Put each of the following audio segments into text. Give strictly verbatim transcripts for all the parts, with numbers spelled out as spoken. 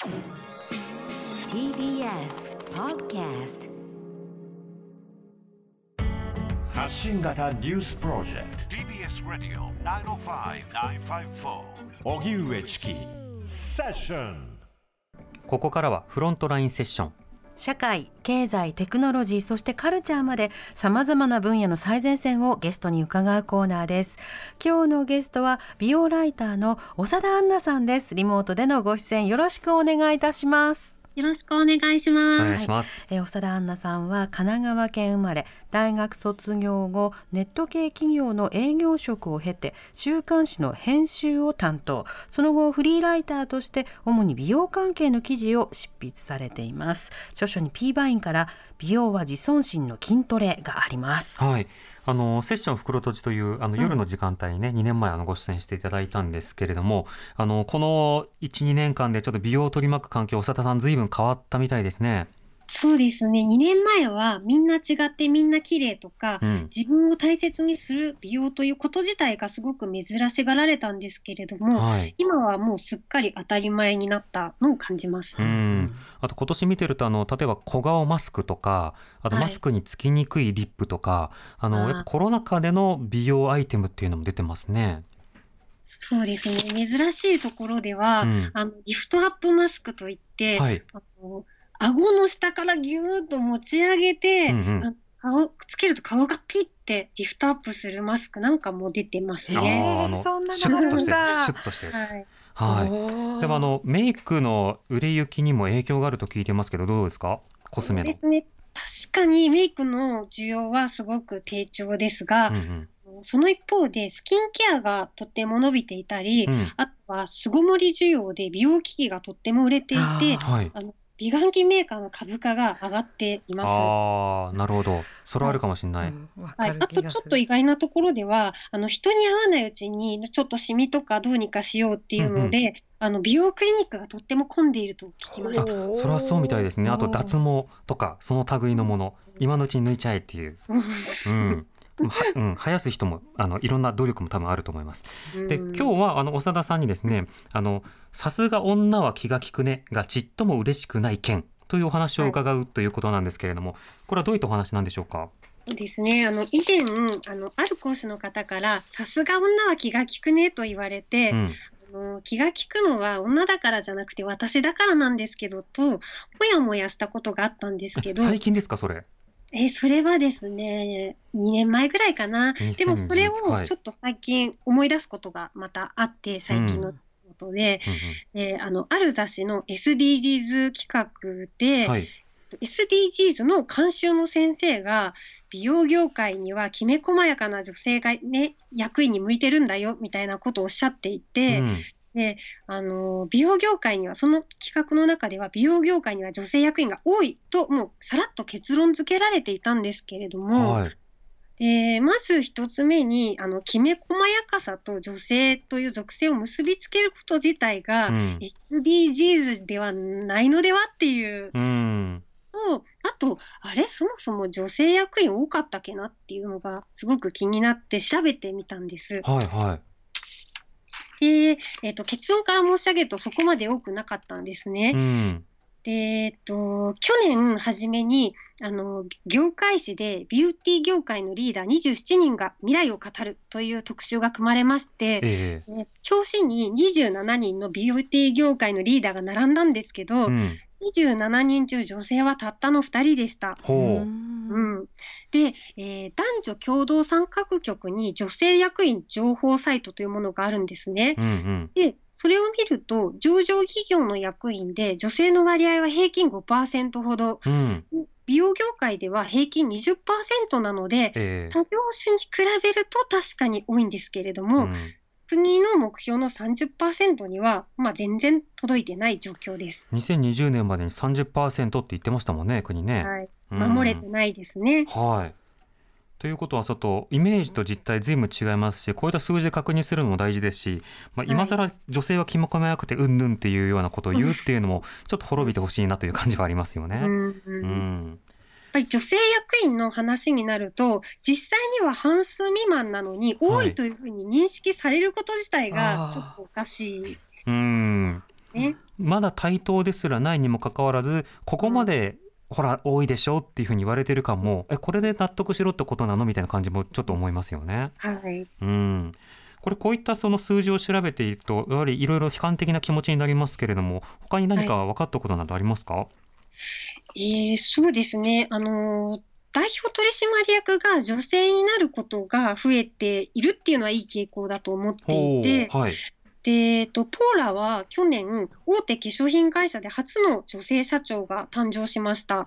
ティービーエス Podcast 発信型ニュースプロジェクト ティービーエス ラディオ きゅうまるご きゅうごよん 荻上チキセッション。 ここからはフロントラインセッション。 社会、経済、テクノロジー、そしてカルチャーまで様々な分野の最前線をゲストに伺うコーナーです。今日のゲストは美容ライターの長田杏奈さんです。リモートでのご出演よろしくお願いいたします。 よろしくお願いします。 お願いします。 はい、えー、長田杏奈さんは神奈川県生まれ、大学卒業後ネット系企業の営業職を経て週刊誌の編集を担当、その後フリーライターとして主に美容関係の記事を執筆されています。著書に P バインから美容は自尊心の筋トレがあります。 はい、あのセッション袋とじというあの夜の時間帯にね、うん、にねんまえあのご出演していただいたんですけれども、あのこの いちにねんかんでちょっと美容を取り巻く環境、長田さん随分変わったみたいですね。 そうですね。にねんまえはみんな違ってみんな綺麗とか、うん、自分を大切にする美容ということ自体がすごく珍しがられたんですけれども、はい、今はもうすっかり当たり前になったのを感じます。 うん、あと今年見てるとあの例えば小顔マスクとか、あとマスクにつきにくいリップとか、はい、あのやっぱコロナ禍での美容アイテムっていうのも出てますね。 そうですね。珍しいところでは、うん、あのリフトアップマスクといって、はい、あの顎の下からギューッと持ち上げて、うんうん、顔つけると顔がピッてリフトアップするマスクなんかも出てますね。 ああのそんなのあるんだ。 シュッとしてるやつ。はいはい、でもあのメイクの売れ行きにも影響があると聞いてますけど、どうですか？コスメの。 そうですね。確かにメイクの需要はすごく低調ですが、うんうん、その一方でスキンケアがとっても伸びていたり、うん、あとは巣ごもり需要で美容機器がとっても売れていて、あ、はい、あの美顔器メーカーの株価が上がっています。 ああ、なるほど。それはあるかもしれない。うんはい、あとちょっと意外なところでは、あの人に合わないうちにちょっとシミとかどうにかしようっていうので、うんうん、あの美容クリニックがとっても混んでいると聞きました。 それはそうみたいですね。あと脱毛とかその類のもの、今のうちに抜いちゃえっていう。うんはうん、生やす人もあのいろんな努力も多分あると思います。で、今日はあの長田さんにですね、あのさすが女は気が利くねがちっとも嬉しくない件というお話を伺う、はい、ということなんですけれども、これはどういったお話なんでしょうか？ そうですね。あの以前あのある講師の方からさすが女は気が利くねと言われて、うん、あの気が利くのは女だからじゃなくて私だからなんですけどともやもやしたことがあったんですけど。 最近ですかそれ？ えそれはですね、にねんまえぐらいかな。でもそれをちょっと最近思い出すことがまたあって、はい、最近のことで、うんうんうん、えー、あのある雑誌の エスディージーズ 企画で、はい、エスディージーズ の監修の先生が美容業界にはきめ細やかな女性がね役員に向いてるんだよみたいなことをおっしゃっていて、うんであの美容業界にはその企画の中では美容業界には女性役員が多いともうさらっと結論付けられていたんですけれども、はい、でまず一つ目にあのきめ細やかさと女性という属性を結びつけること自体が、うん、エスディージーズ ではないのではっていう、うん、とあとあれそもそも女性役員多かったっけなっていうのがすごく気になって調べてみたんです。 はいはい。 でえー、と結論から申し上げるとそこまで多くなかったんですね。うんでえー、と去年初めにあの業界誌でビューティー業界のリーダーにじゅうななにんが未来を語るという特集が組まれまして、えー、表紙ににじゅうななにんのビューティー業界のリーダーが並んだんですけど、うん、にじゅうななにん中女性はたったのふたりでした。ほううん、で、えー、男女共同参画局に女性役員情報サイトというものがあるんですね。うんうん、でそれを見ると上場企業の役員で女性の割合は平均 ごパーセント ほど、うん、美容業界では平均 にじゅっパーセント なので、えー、他業種に比べると確かに多いんですけれども、うん、国の目標の さんじゅっパーセント には、まあ、全然届いてない状況です。 にせんにじゅうねんまでに さんじゅっパーセント って言ってましたもんね、国ね。 はい、守れてないですね。 うん、はい。ということはちょっとイメージと実態随分違いますし、こういった数字で確認するのも大事ですし、まあ、今更女性はきめ細やくてうんぬんっていうようなことを言うっていうのもちょっと滅びてほしいなという感じはありますよね。うん、うん、 やっぱり女性役員の話になると実際には半数未満なのに多いというふうに認識されること自体がちょっとおかしいです、 はい、うんね。 まだ対等ですらないにもかかわらずここまで、うん、ほら多いでしょっていうふうに言われてる感もえこれで納得しろってことなのみたいな感じもちょっと思いますよね。 はい、 うん、これこういったその数字を調べているとやはりいろいろ悲観的な気持ちになりますけれども他に何か分かったことなどありますか？はい、 えー、そうですね、あのー代表取締役が女性になることが増えているっていうのはいい傾向だと思っていて、 はい、 でえっと、ポーラは去年大手化粧品会社で初の女性社長が誕生しました。 うん、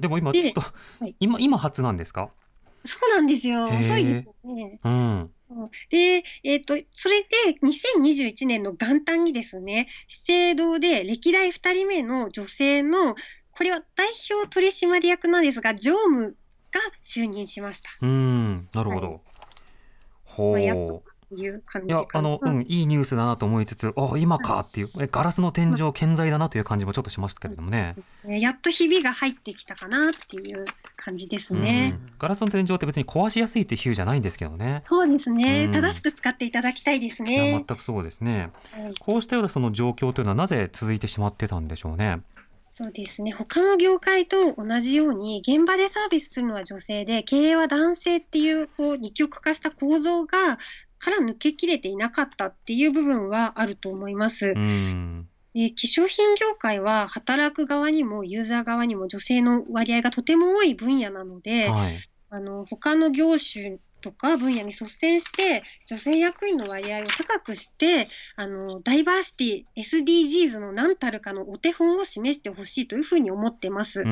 でも今ちょっと、はい、今, 今初なんですか？ そうなんですよ。遅いですね。 うん、 で、えっと、それでにせんにじゅういちねんの元旦にですね、資生堂で歴代ふたりめの女性のこれは代表取締役なんですが常務が就任しました。 うん、なるほど。はい、ほう、まあ、 やっという感じかな。 いやあの、うん、いいニュースだなと思いつつあ今かっていうえガラスの天井健在だなという感じもちょっとしましたけれどもね。 やっとひびが入ってきたかなっていう感じですね。 うん、ガラスの天井って別に壊しやすいって比喩じゃないんですけどね。 そうですね、 うん、 正しく使っていただきたいですね。 いや全くそうですね。はい、こうしたようなその状況というのはなぜ続いてしまってたんでしょうね。 そうですね、他の業界と同じように現場でサービスするのは女性で経営は男性っていう、こう二極化した構造がから抜けきれていなかったっていう部分はあると思います。 うん、 で化粧品業界は働く側にもユーザー側にも女性の割合がとても多い分野なので、 はい、 あの他の業種とか分野に率先して女性役員の割合を高くしてあのダイバーシティ エスディージーズ の何たるかのお手本を示してほしいというふうに思ってます。 うん、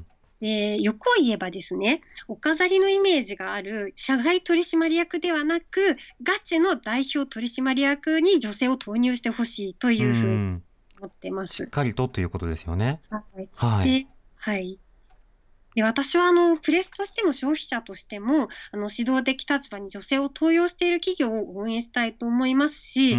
で欲を言えばですね、お飾りのイメージがある社外取締役ではなくガチの代表取締役に女性を投入してほしいというふうに思ってます。 しっかりとということですよね。 はい、 はい、 ではいで私はあのプレスとしても消費者としてもあの指導的立場に女性を登用している企業を応援したいと思いますし、うん、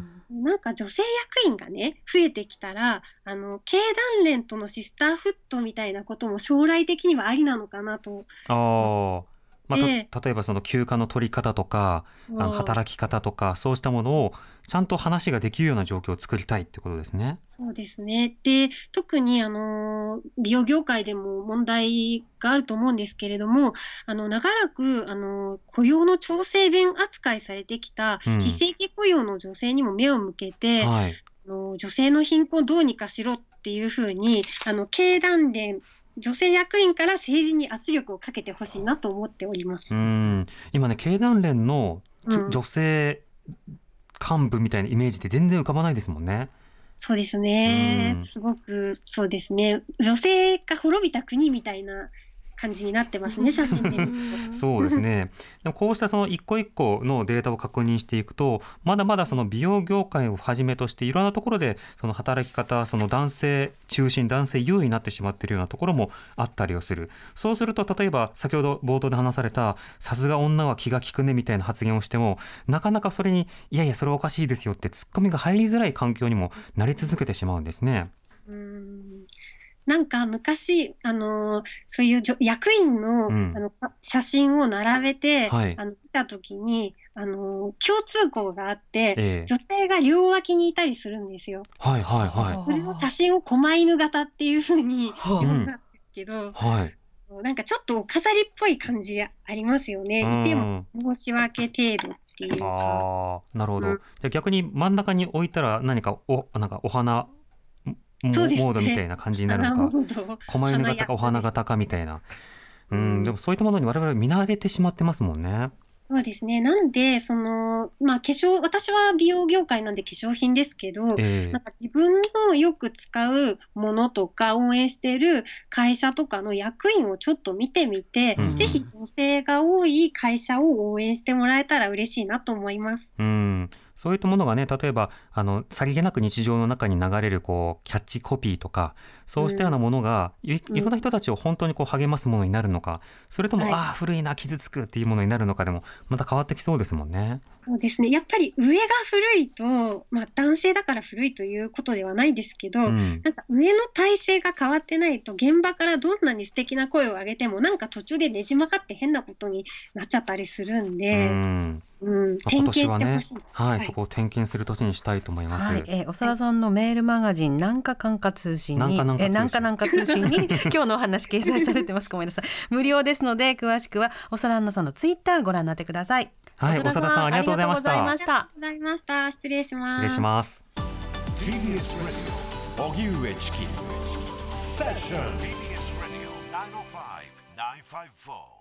なんか女性役員がね増えてきたらあの経団連とのシスターフットみたいなことも将来的にはありなのかなと。 あまあ、例えばその休暇の取り方とかあの働き方とかそうしたものをちゃんと話ができるような状況を作りたいってことですね。 そうですね。で特にあの美容業界でも問題があると思うんですけれども、あの長らくあの雇用の調整弁扱いされてきた非正規雇用の女性にも目を向けて、うんはい、あの女性の貧困をどうにかしろっていうふうにあの経団連女性役員から政治に圧力をかけてほしいなと思っております。 うん今ね経団連の、うん、女性幹部みたいなイメージって全然浮かばないですもんね。 そうですね、すごくそうですね、女性が滅びた国みたいな感じになってますね、写真で見ると。 そうですね。でもこうしたその一個一個のデータを確認していくとまだまだその美容業界をはじめとしていろんなところでその働き方その男性中心男性優位になってしまっているようなところもあったりをする。そうすると例えば先ほど冒頭で話されたさすが女は気が利くねみたいな発言をしてもなかなかそれにいやいやそれはおかしいですよってツッコミが入りづらい環境にもなり続けてしまうんですね。 うーんなんか昔、あのー、そういう役員 の,、うん、あの写真を並べて、はい、あの見たときに、あのー、共通項があって、ええ、女性が両脇にいたりするんですよ。 はいはいはい、 それの写真を狛犬型っていうふうに呼んだんですけど、うんはい、なんかちょっとお飾りっぽい感じありますよね。いても申し訳程度っていうか。 あなるほど、うん、じゃ逆に真ん中に置いたら何か お, なんかお花モードみたいな感じになるのか、狛犬型かお花型かみたいな、うん、でもそういったものに我々見慣れてしまってますもんね。 そうですね。なんでその、まあ、化粧私は美容業界なんで化粧品ですけど、えー、なんか自分のよく使うものとか応援している会社とかの役員をちょっと見てみて、うん、ぜひ女性が多い会社を応援してもらえたら嬉しいなと思います。 うんそういったものがね例えばあのさりげなく日常の中に流れるこうキャッチコピーとかそうしたようなものが、うん、い, いろんな人たちを本当にこう励ますものになるのかそれとも、はい、ああ古いな傷つくっていうものになるのかでもまた変わってきそうですもんね。 そうですね。やっぱり上が古いと、まあ、男性だから古いということではないですけど、うん、なんか上の体制が変わってないと現場からどんなに素敵な声を上げてもなんか途中でねじ曲がって変なことになっちゃったりするんで、うんうん、点検してほしい、 ね、はい、はい、そこを点検する年にしたいと思います。 はい、えー、長田さんのメールマガジンなんかかんか通信になんかなんか通信に今日のお話掲載されてます。ごめんなさい。無料ですので詳しくは長田奈さんのツイッターご覧になってください。 はい、長田さんありがとうございました。 ありがとうございました。失礼します。 失礼します。 ティービーエス ラジオ荻上チキセッション ティービーエス ラジオナインオーファイブナインファイブフォー